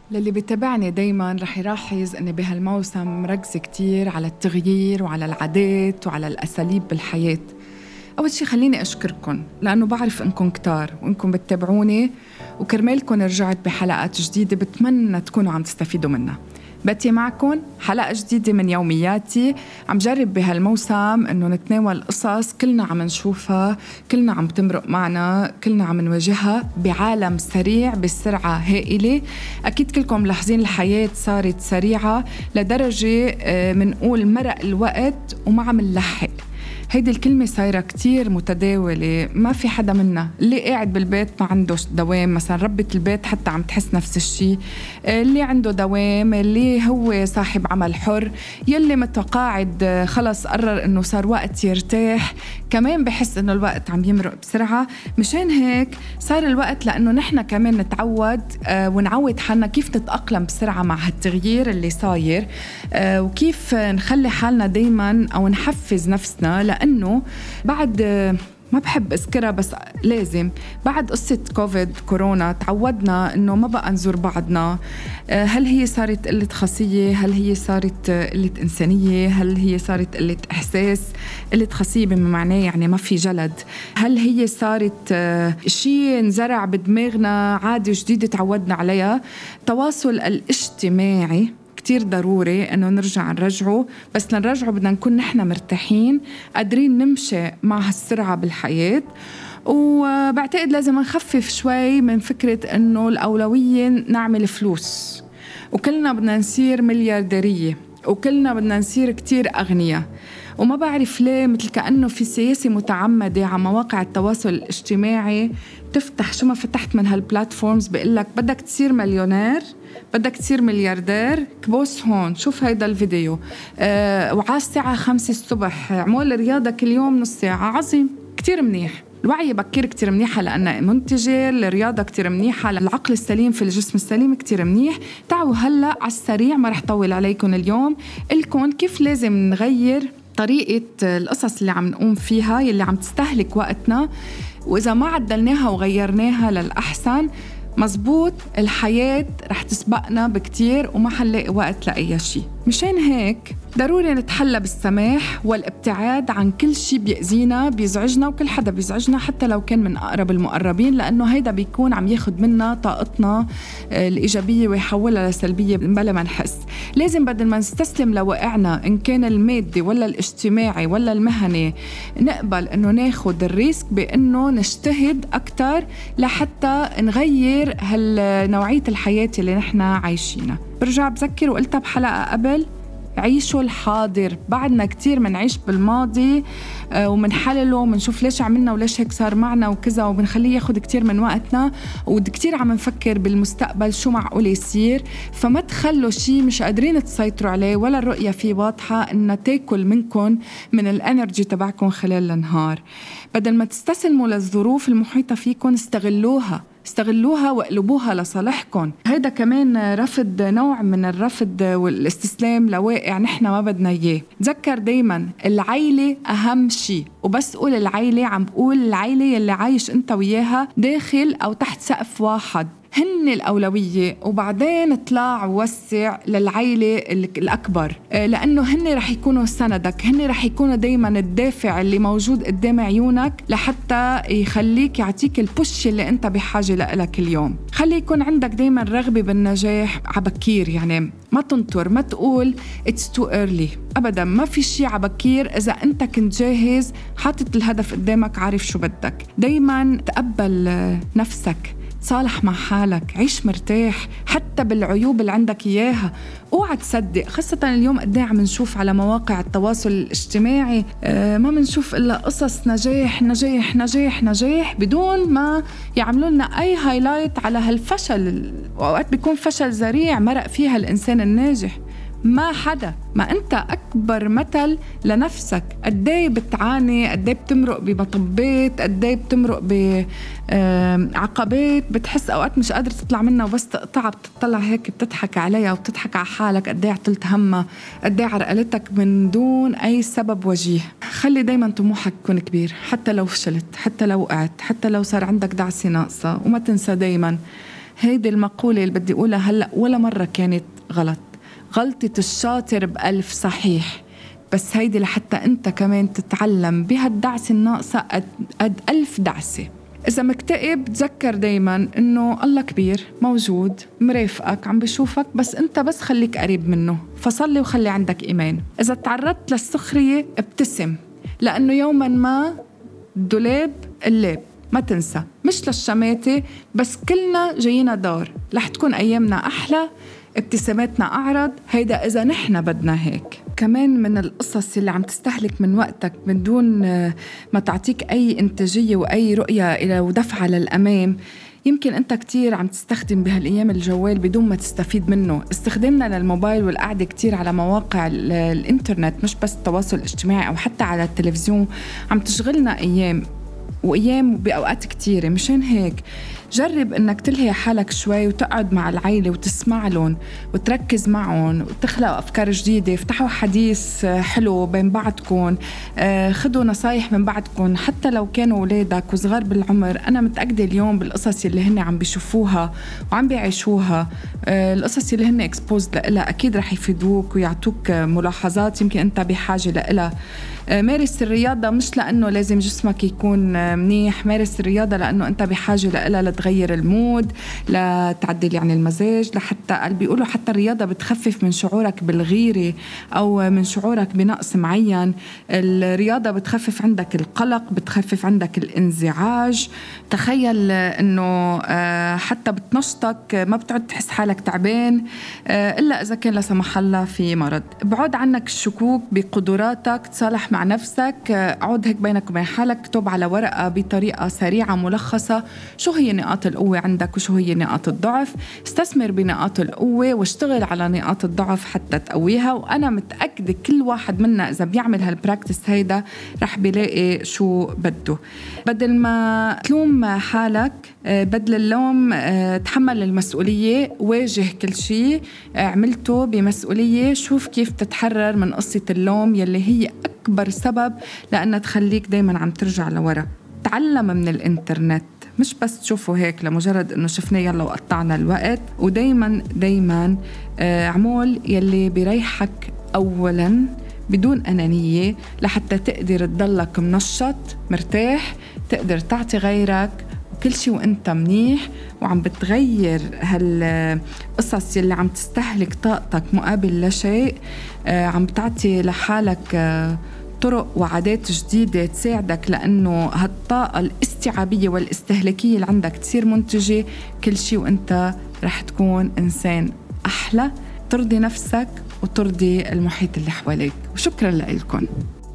للي بيتابعني دايماً رح يلاحظ أني بهالموسم مركزة كتير على التغيير وعلى العادات وعلى الأساليب بالحياة. أول شي خليني أشكركن لأنه بعرف إنكم كتار وإنكم بتتابعوني، وكرمالكن رجعت بحلقات جديدة بتمنى تكونوا عم تستفيدوا منها. باتي معكم حلقة جديدة من يومياتي. عم جرب بهالموسم إنه نتناول قصص كلنا عم نشوفها، كلنا عم تمرق معنا، كلنا عم نواجهها بعالم سريع بسرعة هائلة. أكيد كلكم ملاحظين الحياة صارت سريعة لدرجة منقول مرق الوقت وما عم نلحق. هيدي الكلمة صايرة كتير متداولة، ما في حدا منا. اللي قاعد بالبيت ما عنده دوام، مثلا ربة البيت حتى عم تحس نفس الشيء، اللي عنده دوام، اللي هو صاحب عمل حر، يلي متقاعد خلص قرر انه صار وقت يرتاح، كمان بحس انه الوقت عم يمرق بسرعة. مشان هيك صار الوقت لانه نحن كمان نتعود ونعود حالنا كيف نتأقلم بسرعة مع هالتغيير اللي صاير، وكيف نخلي حالنا دايما او نحفز نفسنا. لأنه بعد ما بحب أذكرها بس لازم، بعد قصة كورونا تعودنا إنه ما بقى نزور بعضنا. هل هي صارت قلة خاصية؟ هل هي صارت قلة إنسانية؟ هل هي صارت قلة إحساس؟ قلة خاصية بما معناه يعني ما في جلد. هل هي صارت شيء نزرع بدماغنا عادة جديدة تعودنا عليها؟ التواصل الاجتماعي كتير ضروري أنه نرجع نرجعه، بس لنرجعه بدنا نكون نحن مرتاحين قادرين نمشي مع هالسرعة بالحياة. وبعتقد لازم نخفف شوي من فكرة أنه الأولوية نعمل فلوس، وكلنا بدنا نصير مليارديرية، وكلنا بدنا نصير كتير أغنياء. وما بعرف ليه مثل كأنه في سياسة متعمدة على مواقع التواصل الاجتماعي تفتح شو ما فتحت من هالبلاتفورمز بيقلك بدك تصير مليونير، بدك تصير ملياردير، كبوس هون شوف هيدا الفيديو، وعلى الساعة 5 الصبح عمول رياضة كل يوم نص ساعة. عظيم، كتير منيح. الوعي بكير كتير منيحة لأنها منتجة، الرياضة كتير منيحة للعقل السليم في الجسم السليم كتير منيح. تعالوا هلأ على السريع، ما رح طول عليكم اليوم، إلكم كيف لازم نغير طريقة القصص اللي عم نقوم فيها يلي عم تستهلك وقتنا، وإذا ما عدلناها وغيرناها للأحسن مزبوط الحياة رح تسبقنا بكتير وما حنلاقي وقت لأي شيء. مشان هيك ضروري نتحلى بالسماح والابتعاد عن كل شيء بيأذينا بيزعجنا، وكل حدا بيزعجنا حتى لو كان من أقرب المقربين، لأنه هيدا بيكون عم ياخد منا طاقتنا الإيجابية ويحولها لسلبية بلا ما نحس. لازم بدل ما نستسلم لوقعنا إن كان المادي ولا الاجتماعي ولا المهني، نقبل إنه ناخد الريسك بإنه نجتهد أكتر لحتى نغير هالنوعية الحياة اللي نحن عايشينها. برجع بذكر وقلتها بحلقة قبل، عيشوا الحاضر. بعدنا كتير منعيش بالماضي ومنحلله ومنشوف ليش عملنا وليش هيك صار معنا وكذا، وبنخليه ياخد كتير من وقتنا، وكتير عم نفكر بالمستقبل شو معقول يصير. فما تخلوا شيء مش قادرين تسيطروا عليه ولا الرؤية فيه واضحة إنها تاكل منكم من الانرجي تبعكم خلال النهار. بدل ما تستسلموا للظروف المحيطة فيكم، استغلوها وقلبوها لصالحكم. هيدا كمان رفض، نوع من الرفض والاستسلام لواقع نحن ما بدنا إياه. تذكر دايما العيلة أهم شيء، وبس قول العيلة عم بقول العيلة يلي عايش انت وياها داخل أو تحت سقف واحد، هن الأولوية، وبعدين اطلع ووسع للعيلة الأكبر، لأنه هن رح يكونوا سندك، هن رح يكونوا دايما الدافع اللي موجود قدام عيونك لحتى يخليك يعطيك البوش اللي انت بحاجة لك اليوم. خلي يكون عندك دايما رغبة بالنجاح عبكير، يعني ما تنطر، ما تقول it's too early أبدا. ما في شيء عبكير إذا أنت كنت جاهز، حاطط الهدف قدامك، عارف شو بدك. دايما تقبل نفسك، صالح مع حالك، عيش مرتاح حتى بالعيوب اللي عندك إياها. اوعى تصدق، خاصة اليوم قد ايه عم نشوف على مواقع التواصل الاجتماعي ما منشوف إلا قصص نجاح نجاح نجاح نجاح بدون ما يعملوا لنا أي هايلايت على هالفشل، وأوقات بيكون فشل ذريع مرق فيها الإنسان الناجح. ما حدا، ما أنت أكبر مثل لنفسك. قدي بتعاني، قدي بتمرق بمطبات، قدي بتمرق بعقبات بتحس أوقات مش قادر تطلع منها، وبس تقطع بتطلع هيك بتضحك عليها وبتضحك على حالك. قدي عطلت همها، قدي عرقلتك من دون أي سبب وجيه. خلي دايما طموحك يكون كبير، حتى لو فشلت، حتى لو وقعت، حتى لو صار عندك دعسة ناقصة. وما تنسى دايما هيدي المقولة اللي بدي أقولها هلأ ولا مرة كانت غلط. غلطة الشاطر ب1000 صحيح، بس هيدي لحتى أنت كمان تتعلم بهالدعسة الناقصة قد 1000 دعسة. إذا مكتئب تذكر دايماً إنه الله كبير، موجود، مرافقك، عم بشوفك، بس أنت بس خليك قريب منه، فصلي وخلي عندك إيمان. إذا تعرضت للسخرية ابتسم، لأنه يوماً ما الدولاب اللاب، ما تنسى، مش للشماتة بس كلنا جاينا دار، رح تكون أيامنا أحلى، ابتساماتنا أعرض. هيدا إذا نحن بدنا هيك. كمان من القصص اللي عم تستهلك من وقتك من دون ما تعطيك أي إنتاجية وأي رؤية إلى ودفعة للأمام، يمكن أنت كتير عم تستخدم بهالأيام الجوال بدون ما تستفيد منه. استخدامنا للموبايل والقعدة كتير على مواقع الإنترنت، مش بس التواصل الاجتماعي أو حتى على التلفزيون، عم تشغلنا أيام وأيام بأوقات كتيرة. مشان هيك جرب أنك تلهي حالك شوي وتقعد مع العيلة وتسمع لهم وتركز معهم وتخلق أفكار جديدة. افتحوا حديث حلو بين بعضكم، خدوا نصايح من بعضكم حتى لو كانوا ولادك وصغار بالعمر. أنا متأكدة اليوم بالقصص اللي هن عم بيشوفوها وعم بيعيشوها، القصص اللي هن exposed لها أكيد رح يفيدوك ويعطوك ملاحظات يمكن أنت بحاجة لها. مارس الرياضة مش لأنه لازم جسمك يكون منيح، مارس الرياضة لأنه أنت بحاجة لها لتغير المود، لتعدل يعني المزاج، لحتى بيقولوا حتى الرياضة بتخفف من شعورك بالغيرة أو من شعورك بنقص معين. الرياضة بتخفف عندك القلق، بتخفف عندك الانزعاج. تخيل أنه حتى بتنشطك، ما بتعد تحس حالك تعبان إلا إذا كان لا سمح الله في مرض. بعد عنك الشكوك بقدراتك، تصالح مع نفسك، اقعد هيك بينك وبين حالك، اكتب على ورقة بطريقة سريعة ملخصة شو هي نقاط القوة عندك وشو هي نقاط الضعف. استثمر بنقاط القوة واشتغل على نقاط الضعف حتى تقويها. وأنا متأكدة كل واحد منا إذا بيعمل هالبراكتس هيدا رح بيلاقي شو بده. بدل ما تلوم حالك، بدل اللوم تحمل المسؤولية، واجه كل شيء عملته بمسؤولية. شوف كيف تتحرر من قصة اللوم يلي هي أكبر سبب لأنها تخليك دايما عم ترجع لورا. تعلم من الإنترنت، مش بس تشوفوا هيك لمجرد إنه شفنا يلا وقطعنا الوقت. ودايما عمول يلي بيريحك أولا بدون أنانية لحتى تقدر تضلك منشط مرتاح، تقدر تعطي غيرك وكل شيء وانت منيح وعم بتغير هالقصص اللي عم تستهلك طاقتك مقابل لا شيء. عم بتعطي لحالك طرق وعادات جديدة تساعدك لأنه هالطاقة الاستيعابية والاستهلاكية اللي عندك تصير منتجة. كل شيء وانت رح تكون إنسان أحلى، ترضي نفسك وترضي المحيط اللي حواليك. وشكرا لكم.